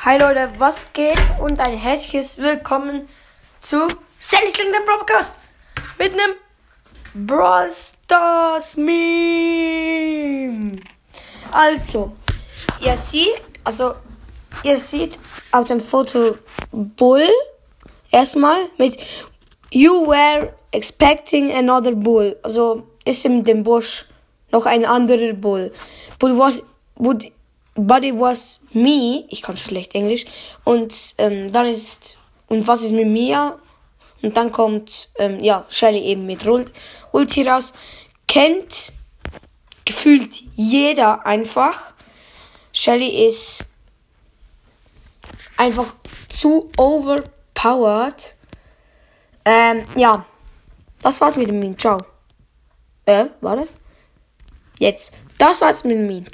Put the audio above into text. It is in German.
Hi Leute, was geht? Und ein herzliches Willkommen zu Sandy's LinkedIn Podcast mit einem Brawl Stars Meme. Also, ihr seht auf dem Foto Bull erstmal mit You were expecting another bull. Also ist in dem Busch noch ein anderer Bull. But it was me. Ich kann schlecht Englisch. Und und was ist mit mir? Und dann kommt Shelly eben mit Ulti raus. Kennt gefühlt jeder einfach. Shelly ist einfach zu overpowered. Das war's mit dem Meme. Ciao. Warte. Jetzt. Das war's mit dem Meme.